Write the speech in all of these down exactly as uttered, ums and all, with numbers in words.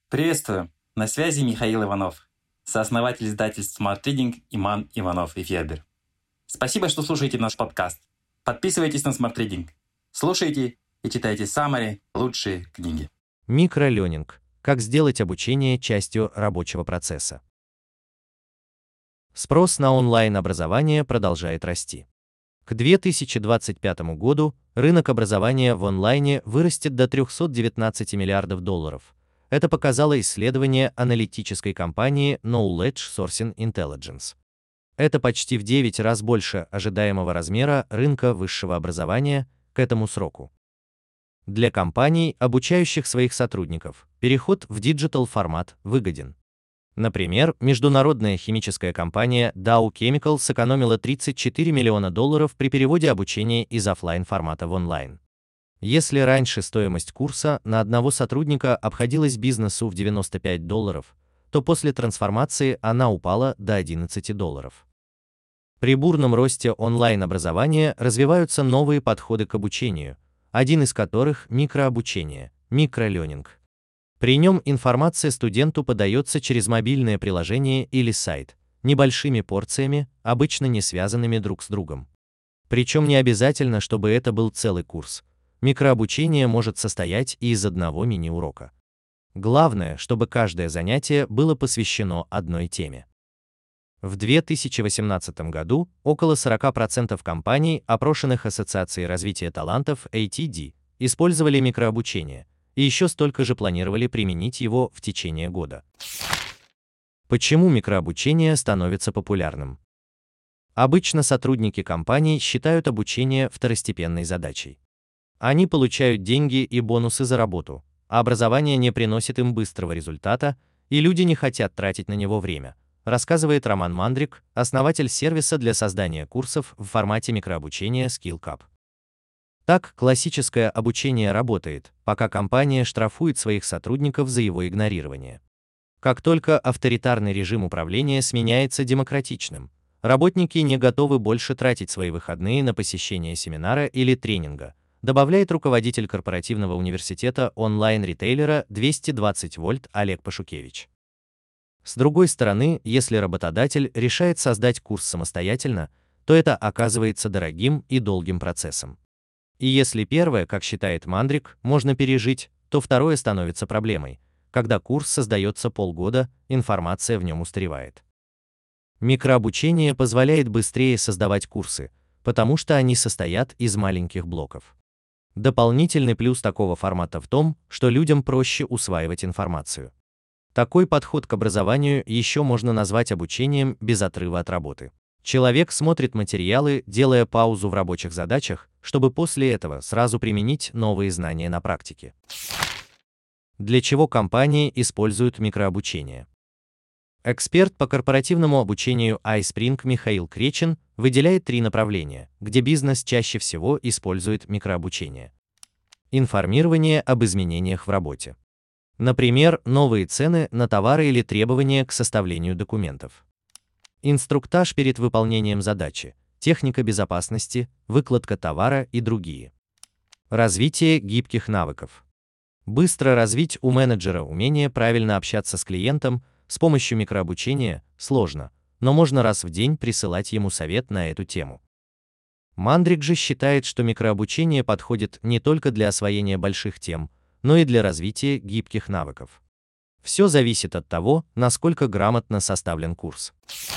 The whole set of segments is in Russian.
Приветствую! На связи Михаил Иванов, сооснователь издательств Smart Reading Иман Иванов и Федер. Спасибо, что слушаете наш подкаст. Подписывайтесь на Smart Reading. Слушайте и читайте самые лучшие книги. Микроленинг. Как сделать обучение частью рабочего процесса. Спрос на онлайн-образование продолжает расти. К две тысячи двадцать пятому году рынок образования в онлайне вырастет до трёхсот девятнадцати миллиардов долларов. Это показало исследование аналитической компании Knowledge Sourcing Intelligence. Это почти в девять раз больше ожидаемого размера рынка высшего образования к этому сроку. Для компаний, обучающих своих сотрудников, переход в диджитал-формат выгоден. Например, международная химическая компания Dow Chemical сэкономила тридцать четыре миллиона долларов при переводе обучения из офлайн-формата в онлайн. Если раньше стоимость курса на одного сотрудника обходилась бизнесу в девяносто пять долларов, то после трансформации она упала до одиннадцати долларов. При бурном росте онлайн-образования развиваются новые подходы к обучению, один из которых – микрообучение, микроленинг. При нем информация студенту подается через мобильное приложение или сайт, небольшими порциями, обычно не связанными друг с другом. Причем не обязательно, чтобы это был целый курс. Микрообучение может состоять и из одного мини-урока. Главное, чтобы каждое занятие было посвящено одной теме. В две тысячи восемнадцатом году около сорока процентов компаний, опрошенных Ассоциацией развития талантов эй ти ди, использовали микрообучение, и еще столько же планировали применить его в течение года. Почему микрообучение становится популярным? Обычно сотрудники компаний считают обучение второстепенной задачей. Они получают деньги и бонусы за работу, а образование не приносит им быстрого результата, и люди не хотят тратить на него время, рассказывает Роман Мандрик, основатель сервиса для создания курсов в формате микрообучения SkillCap. Так, классическое обучение работает, пока компания штрафует своих сотрудников за его игнорирование. Как только авторитарный режим управления сменяется демократичным, работники не готовы больше тратить свои выходные на посещение семинара или тренинга, добавляет руководитель корпоративного университета онлайн-ритейлера двести двадцать вольт Олег Пашукевич. С другой стороны, если работодатель решает создать курс самостоятельно, то это оказывается дорогим и долгим процессом. И если первое, как считает Мандрик, можно пережить, то второе становится проблемой. Когда курс создается полгода, информация в нем устаревает. Микрообучение позволяет быстрее создавать курсы, потому что они состоят из маленьких блоков. Дополнительный плюс такого формата в том, что людям проще усваивать информацию. Такой подход к образованию еще можно назвать обучением без отрыва от работы. Человек смотрит материалы, делая паузу в рабочих задачах, чтобы после этого сразу применить новые знания на практике. Для чего компании используют микрообучение? Эксперт по корпоративному обучению iSpring Михаил Кречин выделяет три направления, где бизнес чаще всего использует микрообучение. Информирование об изменениях в работе. Например, новые цены на товары или требования к составлению документов. Инструктаж перед выполнением задачи, техника безопасности, выкладка товара и другие. Развитие гибких навыков. Быстро развить у менеджера умение правильно общаться с клиентом с помощью микрообучения сложно, но можно раз в день присылать ему совет на эту тему. Мандрик же считает, что микрообучение подходит не только для освоения больших тем, но и для развития гибких навыков. Все зависит от того, насколько грамотно составлен курс.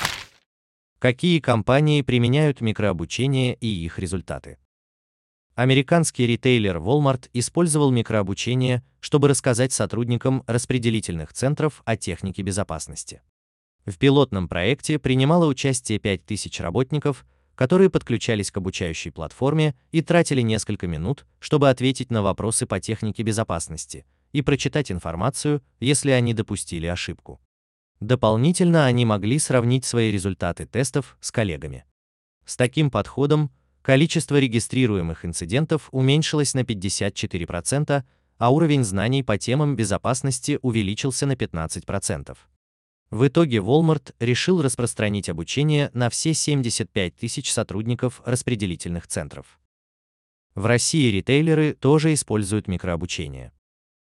Какие компании применяют микрообучение и их результаты? Американский ритейлер Walmart использовал микрообучение, чтобы рассказать сотрудникам распределительных центров о технике безопасности. В пилотном проекте принимало участие пять тысяч работников, которые подключались к обучающей платформе и тратили несколько минут, чтобы ответить на вопросы по технике безопасности и прочитать информацию, если они допустили ошибку. Дополнительно они могли сравнить свои результаты тестов с коллегами. С таким подходом количество регистрируемых инцидентов уменьшилось на пятьдесят четыре процента, а уровень знаний по темам безопасности увеличился на пятнадцать процентов. В итоге Walmart решил распространить обучение на все семьдесят пять тысяч сотрудников распределительных центров. В России ритейлеры тоже используют микрообучение.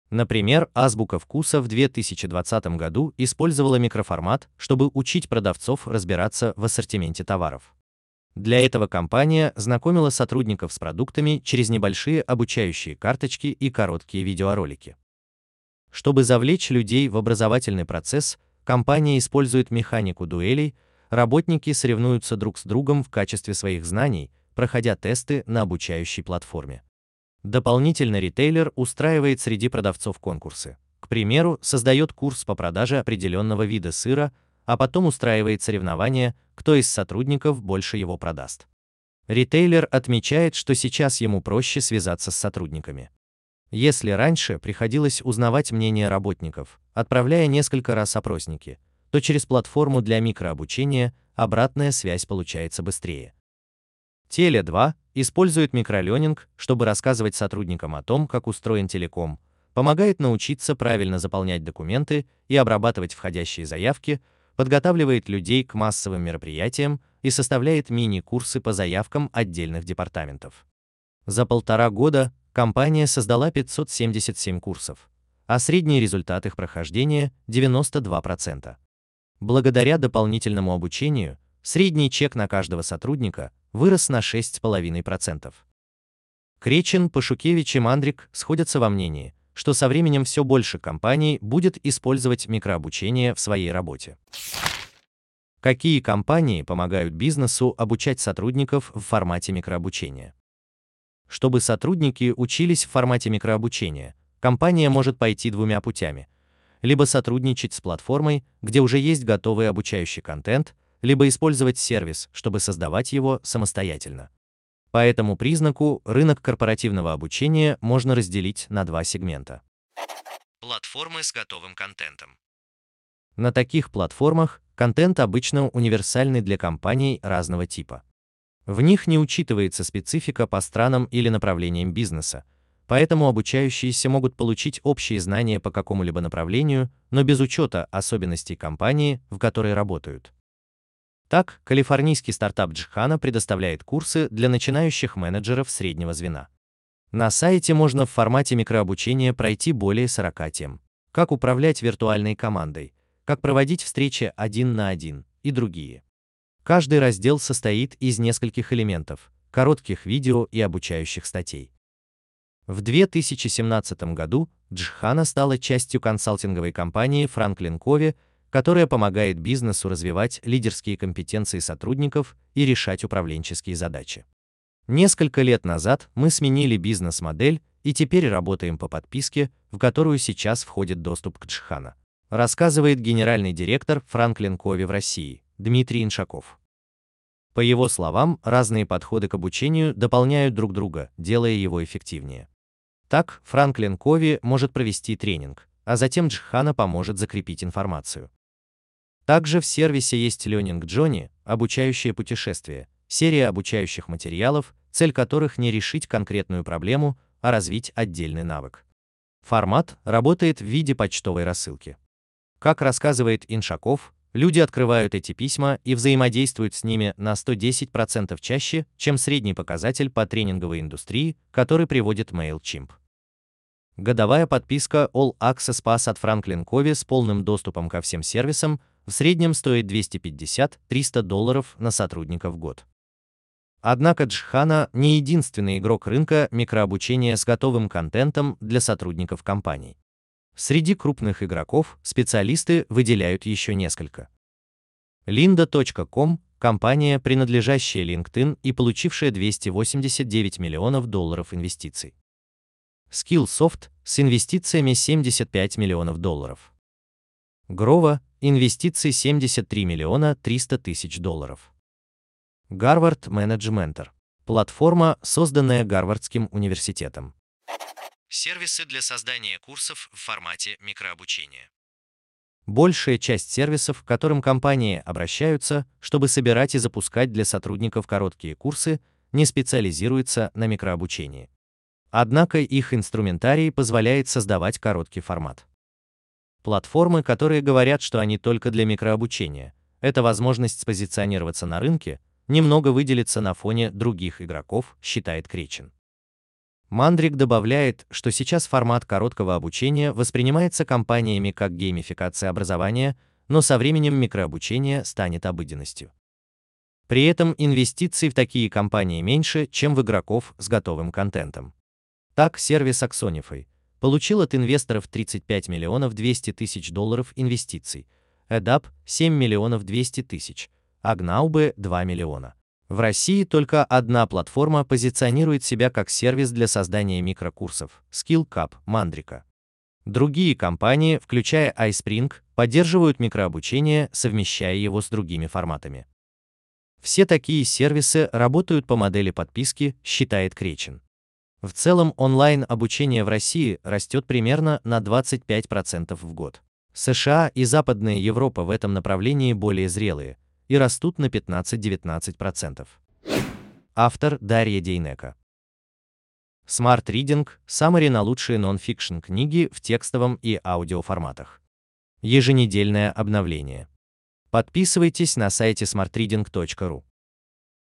Например, Азбука вкуса в две тысячи двадцатом году использовала микроформат, чтобы учить продавцов разбираться в ассортименте товаров. Для этого компания знакомила сотрудников с продуктами через небольшие обучающие карточки и короткие видеоролики. Чтобы завлечь людей в образовательный процесс, компания использует механику дуэлей, работники соревнуются друг с другом в качестве своих знаний, проходя тесты на обучающей платформе. Дополнительно ритейлер устраивает среди продавцов конкурсы. К примеру, создает курс по продаже определенного вида сыра, а потом устраивает соревнования, кто из сотрудников больше его продаст. Ритейлер отмечает, что сейчас ему проще связаться с сотрудниками. Если раньше приходилось узнавать мнение работников, отправляя несколько раз опросники, то через платформу для микрообучения обратная связь получается быстрее. Теле два использует микроленинг, чтобы рассказывать сотрудникам о том, как устроен телеком, помогает научиться правильно заполнять документы и обрабатывать входящие заявки, подготавливает людей к массовым мероприятиям и составляет мини-курсы по заявкам отдельных департаментов. За полтора года компания создала пятьсот семьдесят семь курсов, а средний результат их прохождения – девяносто два процента. Благодаря дополнительному обучению средний чек на каждого сотрудника вырос на шесть целых пять десятых процента. Кречин, Пашукевич и Мандрик сходятся во мнении, что со временем все больше компаний будет использовать микрообучение в своей работе. Какие компании помогают бизнесу обучать сотрудников в формате микрообучения? Чтобы сотрудники учились в формате микрообучения, компания может пойти двумя путями: либо сотрудничать с платформой, где уже есть готовый обучающий контент, либо использовать сервис, чтобы создавать его самостоятельно. По этому признаку рынок корпоративного обучения можно разделить на два сегмента. Платформы с готовым контентом. На таких платформах контент обычно универсальный для компаний разного типа. В них не учитывается специфика по странам или направлениям бизнеса, поэтому обучающиеся могут получить общие знания по какому-либо направлению, но без учета особенностей компании, в которой работают. Так, калифорнийский стартап Джхана предоставляет курсы для начинающих менеджеров среднего звена. На сайте можно в формате микрообучения пройти более сорока тем: как управлять виртуальной командой, как проводить встречи один на один и другие. Каждый раздел состоит из нескольких элементов, коротких видео и обучающих статей. В две тысячи семнадцатом году Джхана стала частью консалтинговой компании Franklin Covey, которая помогает бизнесу развивать лидерские компетенции сотрудников и решать управленческие задачи. Несколько лет назад мы сменили бизнес-модель и теперь работаем по подписке, в которую сейчас входит доступ к Джхана, рассказывает генеральный директор Franklin Covey в России Дмитрий Иншаков. По его словам, разные подходы к обучению дополняют друг друга, делая его эффективнее. Так, Franklin Covey может провести тренинг, а затем Джхана поможет закрепить информацию. Также в сервисе есть Learning Journey, обучающее путешествие, серия обучающих материалов, цель которых не решить конкретную проблему, а развить отдельный навык. Формат работает в виде почтовой рассылки. Как рассказывает Иншаков, люди открывают эти письма и взаимодействуют с ними на сто десять процентов чаще, чем средний показатель по тренинговой индустрии, который приводит MailChimp. Годовая подписка All Access Pass от Franklin Covey с полным доступом ко всем сервисам в среднем стоит двести пятьдесят — триста долларов на сотрудника в год. Однако Джхана не единственный игрок рынка микрообучения с готовым контентом для сотрудников компаний. Среди крупных игроков специалисты выделяют еще несколько. линда точка ком – компания, принадлежащая LinkedIn и получившая двести восемьдесят девять миллионов долларов инвестиций. Skillsoft с инвестициями семьдесят пять миллионов долларов. Grovo – инвестиции семьдесят три миллиона триста тысяч долларов. Harvard Manage Mentor – платформа, созданная Гарвардским университетом. Сервисы для создания курсов в формате микрообучения. Большая часть сервисов, к которым компании обращаются, чтобы собирать и запускать для сотрудников короткие курсы, не специализируется на микрообучении. Однако их инструментарий позволяет создавать короткий формат. Платформы, которые говорят, что они только для микрообучения, это возможность спозиционироваться на рынке, немного выделиться на фоне других игроков, считает Кречин. Мандрик добавляет, что сейчас формат короткого обучения воспринимается компаниями как геймификация образования, но со временем микрообучение станет обыденностью. При этом инвестиций в такие компании меньше, чем в игроков с готовым контентом. Так, сервис Axonify получил от инвесторов тридцать пять миллионов двести тысяч долларов инвестиций, Эдап – семь миллионов двести тысяч, а Gnaube – два миллиона. В России только одна платформа позиционирует себя как сервис для создания микрокурсов – SkillCap Мандрика. Другие компании, включая iSpring, поддерживают микрообучение, совмещая его с другими форматами. Все такие сервисы работают по модели подписки, считает Кречин. В целом онлайн-обучение в России растет примерно на двадцать пять процентов в год. США и Западная Европа в этом направлении более зрелые и растут на пятнадцать-девятнадцать процентов. Автор Дарья Дейнека. Smart Reading – Summary на лучшие нон-фикшн книги в текстовом и аудиоформатах. Еженедельное обновление. Подписывайтесь на сайте смарт ридинг точка ру.